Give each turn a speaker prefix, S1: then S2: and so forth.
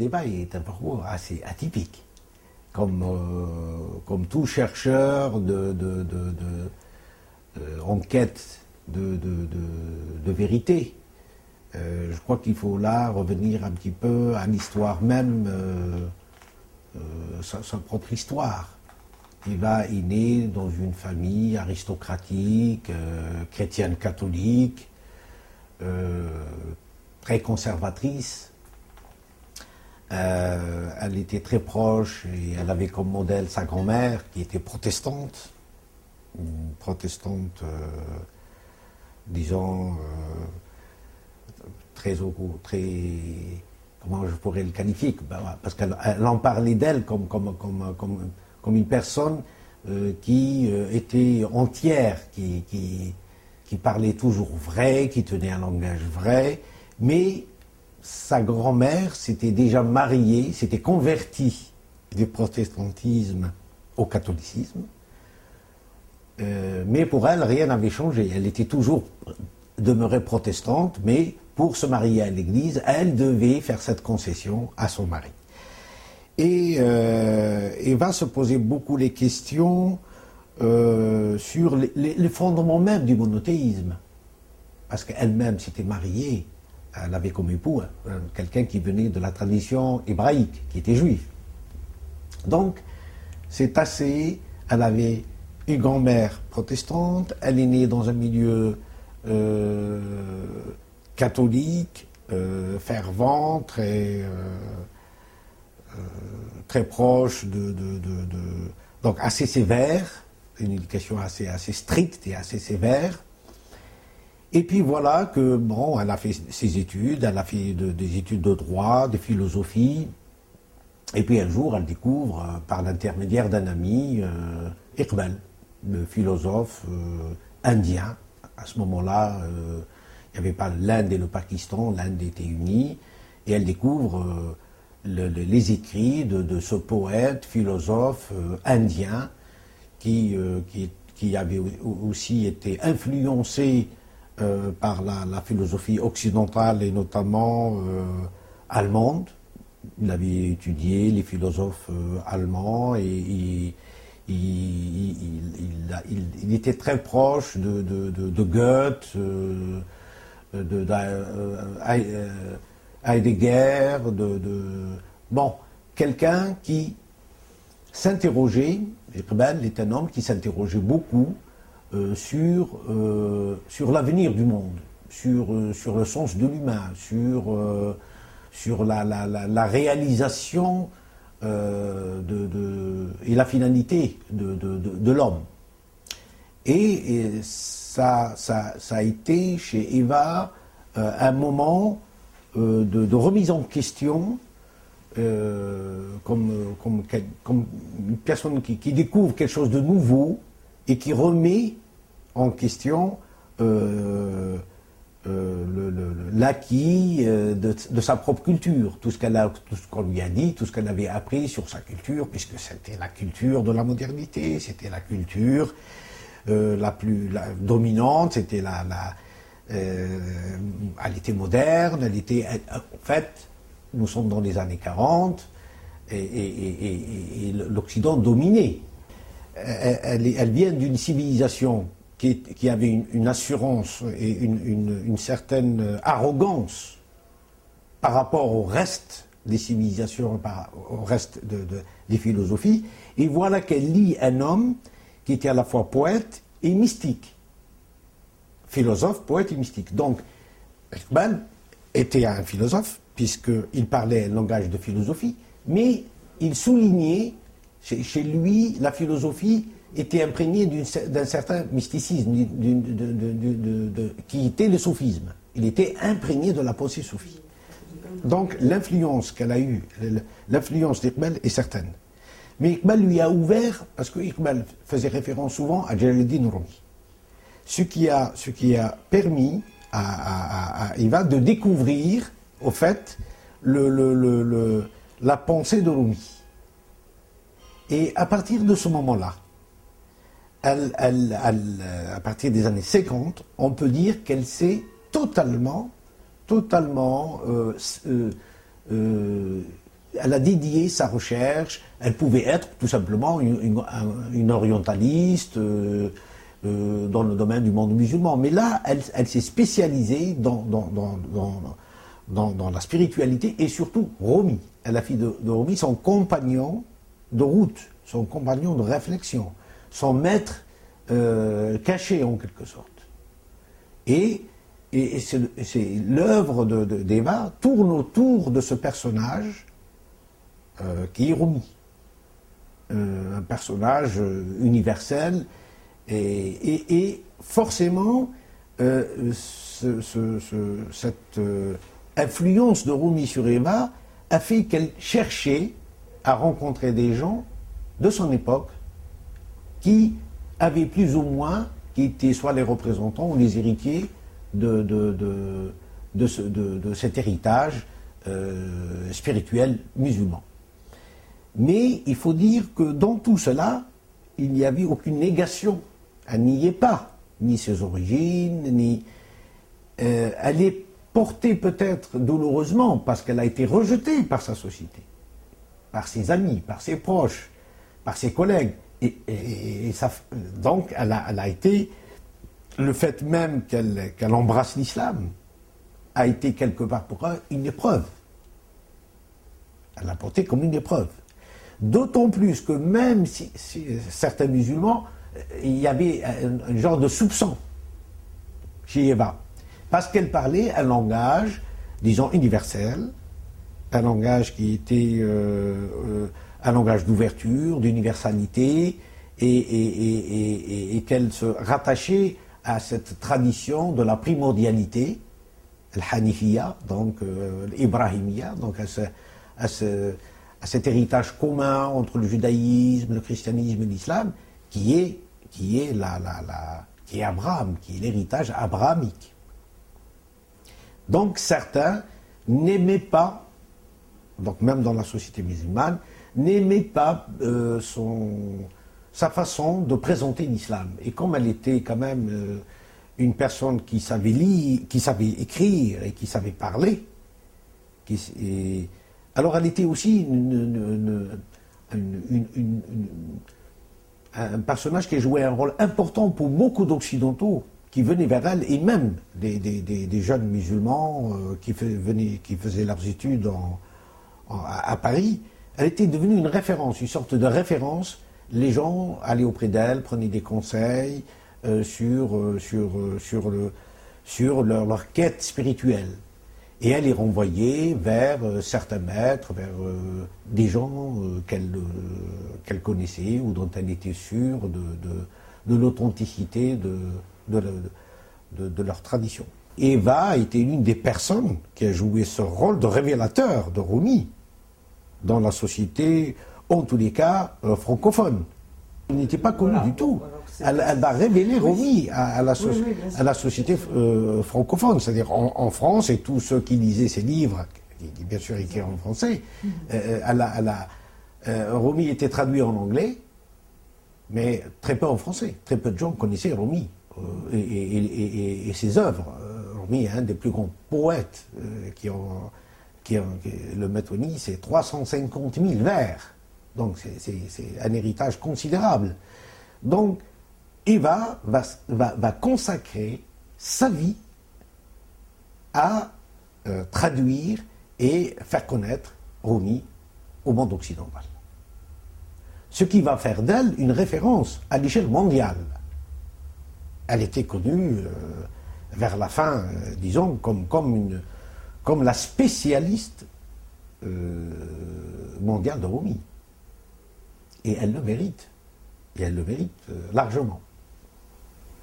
S1: débat est un parcours assez atypique. Comme tout chercheur en quête de vérité. Je crois qu'il faut là revenir un petit peu à l'histoire même, sa propre histoire. Il est né dans une famille aristocratique, chrétienne catholique, très conservatrice. Elle était très proche et elle avait comme modèle sa grand-mère qui était protestante, une protestante, disons, très, comment je pourrais le qualifier, parce qu'elle en parlait d'elle comme une personne qui était entière, qui parlait toujours vrai, qui tenait un langage vrai, mais sa grand-mère s'était déjà mariée, s'était convertie du protestantisme au catholicisme, mais pour elle, rien n'avait changé. Elle était toujours demeurée protestante, mais pour se marier à l'église, elle devait faire cette concession à son mari. Et va se poser beaucoup les questions sur les fondements même du monothéisme. Parce qu'elle-même s'était mariée, elle avait comme époux quelqu'un qui venait de la tradition hébraïque, qui était juif. Donc, elle avait une grand-mère protestante, elle est née dans un milieu catholique, fervent, très proche donc assez sévère, une éducation assez stricte et assez sévère. Et puis voilà que, bon, elle a fait ses études, elle a fait des études de droit, de philosophie, et puis un jour elle découvre, par l'intermédiaire d'un ami, Iqbal, le philosophe indien. À ce moment-là, il n'y avait pas l'Inde et le Pakistan, l'Inde était unie, et elle découvre les écrits de ce poète, philosophe indien, qui avait aussi été influencé par la philosophie occidentale et notamment allemande. Il avait étudié les philosophes allemands et il était très proche de Goethe, Heidegger, bon, quelqu'un qui s'interrogeait, Iqbal est un homme qui s'interrogeait beaucoup sur l'avenir du monde, sur le sens de l'humain, sur la réalisation et la finalité de l'homme. Et ça a été chez Eva un moment de remise en question, comme une personne qui découvre quelque chose de nouveau et qui remet en question l'acquis de sa propre culture, tout ce qu'on lui a dit, tout ce qu'elle avait appris sur sa culture, puisque c'était la culture de la modernité, c'était la culture la plus dominante, c'était elle était moderne, en fait, nous sommes dans les années 40 et l'Occident dominait. Elle vient d'une civilisation qui avait une assurance et une certaine arrogance par rapport au reste des civilisations, au reste des philosophies, et voilà qu'elle lit un homme qui était à la fois poète et mystique. Philosophe, poète et mystique. Donc, Iqbal était un philosophe, puisqu'il parlait un langage de philosophie, mais il soulignait, chez lui, la philosophie était imprégnée d'un certain mysticisme, qui était le soufisme. Il était imprégné de la pensée soufie. Donc, l'influence qu'elle a eue, l'influence d'Iqbal est certaine. Mais Iqbal lui a ouvert, parce que Iqbal faisait référence souvent à Jalaluddin Rumi. Ce qui a permis à Eva de découvrir, au fait, la pensée de Rumi. Et à partir de ce moment-là, à partir des années 50, on peut dire qu'elle s'est totalement elle a dédié sa recherche. Elle pouvait être tout simplement une orientaliste dans le domaine du monde musulman. Mais là, elle s'est spécialisée dans la spiritualité et surtout Rumi. Elle a fait de Rumi son compagnon de route, son compagnon de réflexion, son maître caché en quelque sorte. Et l'œuvre d'Eva tourne autour de ce personnage qui est Rumi. Un personnage universel et forcément cette influence de Rumi sur Eva a fait qu'elle cherchait à rencontrer des gens de son époque qui avaient plus ou moins, qui étaient soit les représentants ou les héritiers de cet héritage spirituel musulman. Mais il faut dire que dans tout cela, il n'y avait aucune négation. Elle n'y est pas, ni ses origines, ni... elle est portée peut-être douloureusement parce qu'elle a été rejetée par sa société, par ses amis, par ses proches, par ses collègues. Donc elle a été... Le fait même qu'elle embrasse l'islam a été quelque part pour elle une épreuve. Elle l'a porté comme une épreuve. D'autant plus que même si certains musulmans, il y avait un genre de soupçon chez Eva. Parce qu'elle parlait un langage, disons, universel, un langage qui était un langage d'ouverture, d'universalité, et qu'elle se rattachait à cette tradition de la primordialité, l'Hanifiyya, donc l'Ibrahimiyya, donc à cet héritage commun entre le judaïsme, le christianisme et l'islam, qui est Abraham, qui est l'héritage abrahamique. Donc certains n'aimaient pas, donc même dans la société musulmane, n'aimaient pas sa façon de présenter l'islam. Et comme elle était quand même une personne qui savait lire, qui savait écrire et qui savait parler, alors elle était aussi un personnage qui jouait un rôle important pour beaucoup d'Occidentaux qui venaient vers elle, et même des jeunes musulmans qui faisaient leurs études à Paris. Elle était devenue une référence, une sorte de référence. Les gens allaient auprès d'elle, prenaient des conseils sur leur quête spirituelle. Et elle les renvoyait vers certains maîtres, vers des gens qu'elle connaissait ou dont elle était sûre de l'authenticité de leur tradition. Eva était l'une des personnes qui a joué ce rôle de révélateur de Rumi dans la société, en tous les cas, francophone. Elle n'était pas connue du tout. Elle va révéler Rumi à la société francophone, c'est-à-dire en France, et tous ceux qui lisaient ses livres, qui bien sûr étaient en français, Rumi était traduit en anglais, mais très peu en français. Très peu de gens connaissaient Rumi et ses œuvres. Rumi est un des plus grands poètes le Metoni, c'est 350 000 vers. Donc c'est un héritage considérable. Donc Eva va consacrer sa vie à traduire et faire connaître Rumi au monde occidental. Ce qui va faire d'elle une référence à l'échelle mondiale. Elle était connue vers la fin, disons, comme la spécialiste mondiale de Rumi. Et elle le mérite. Et elle le mérite largement.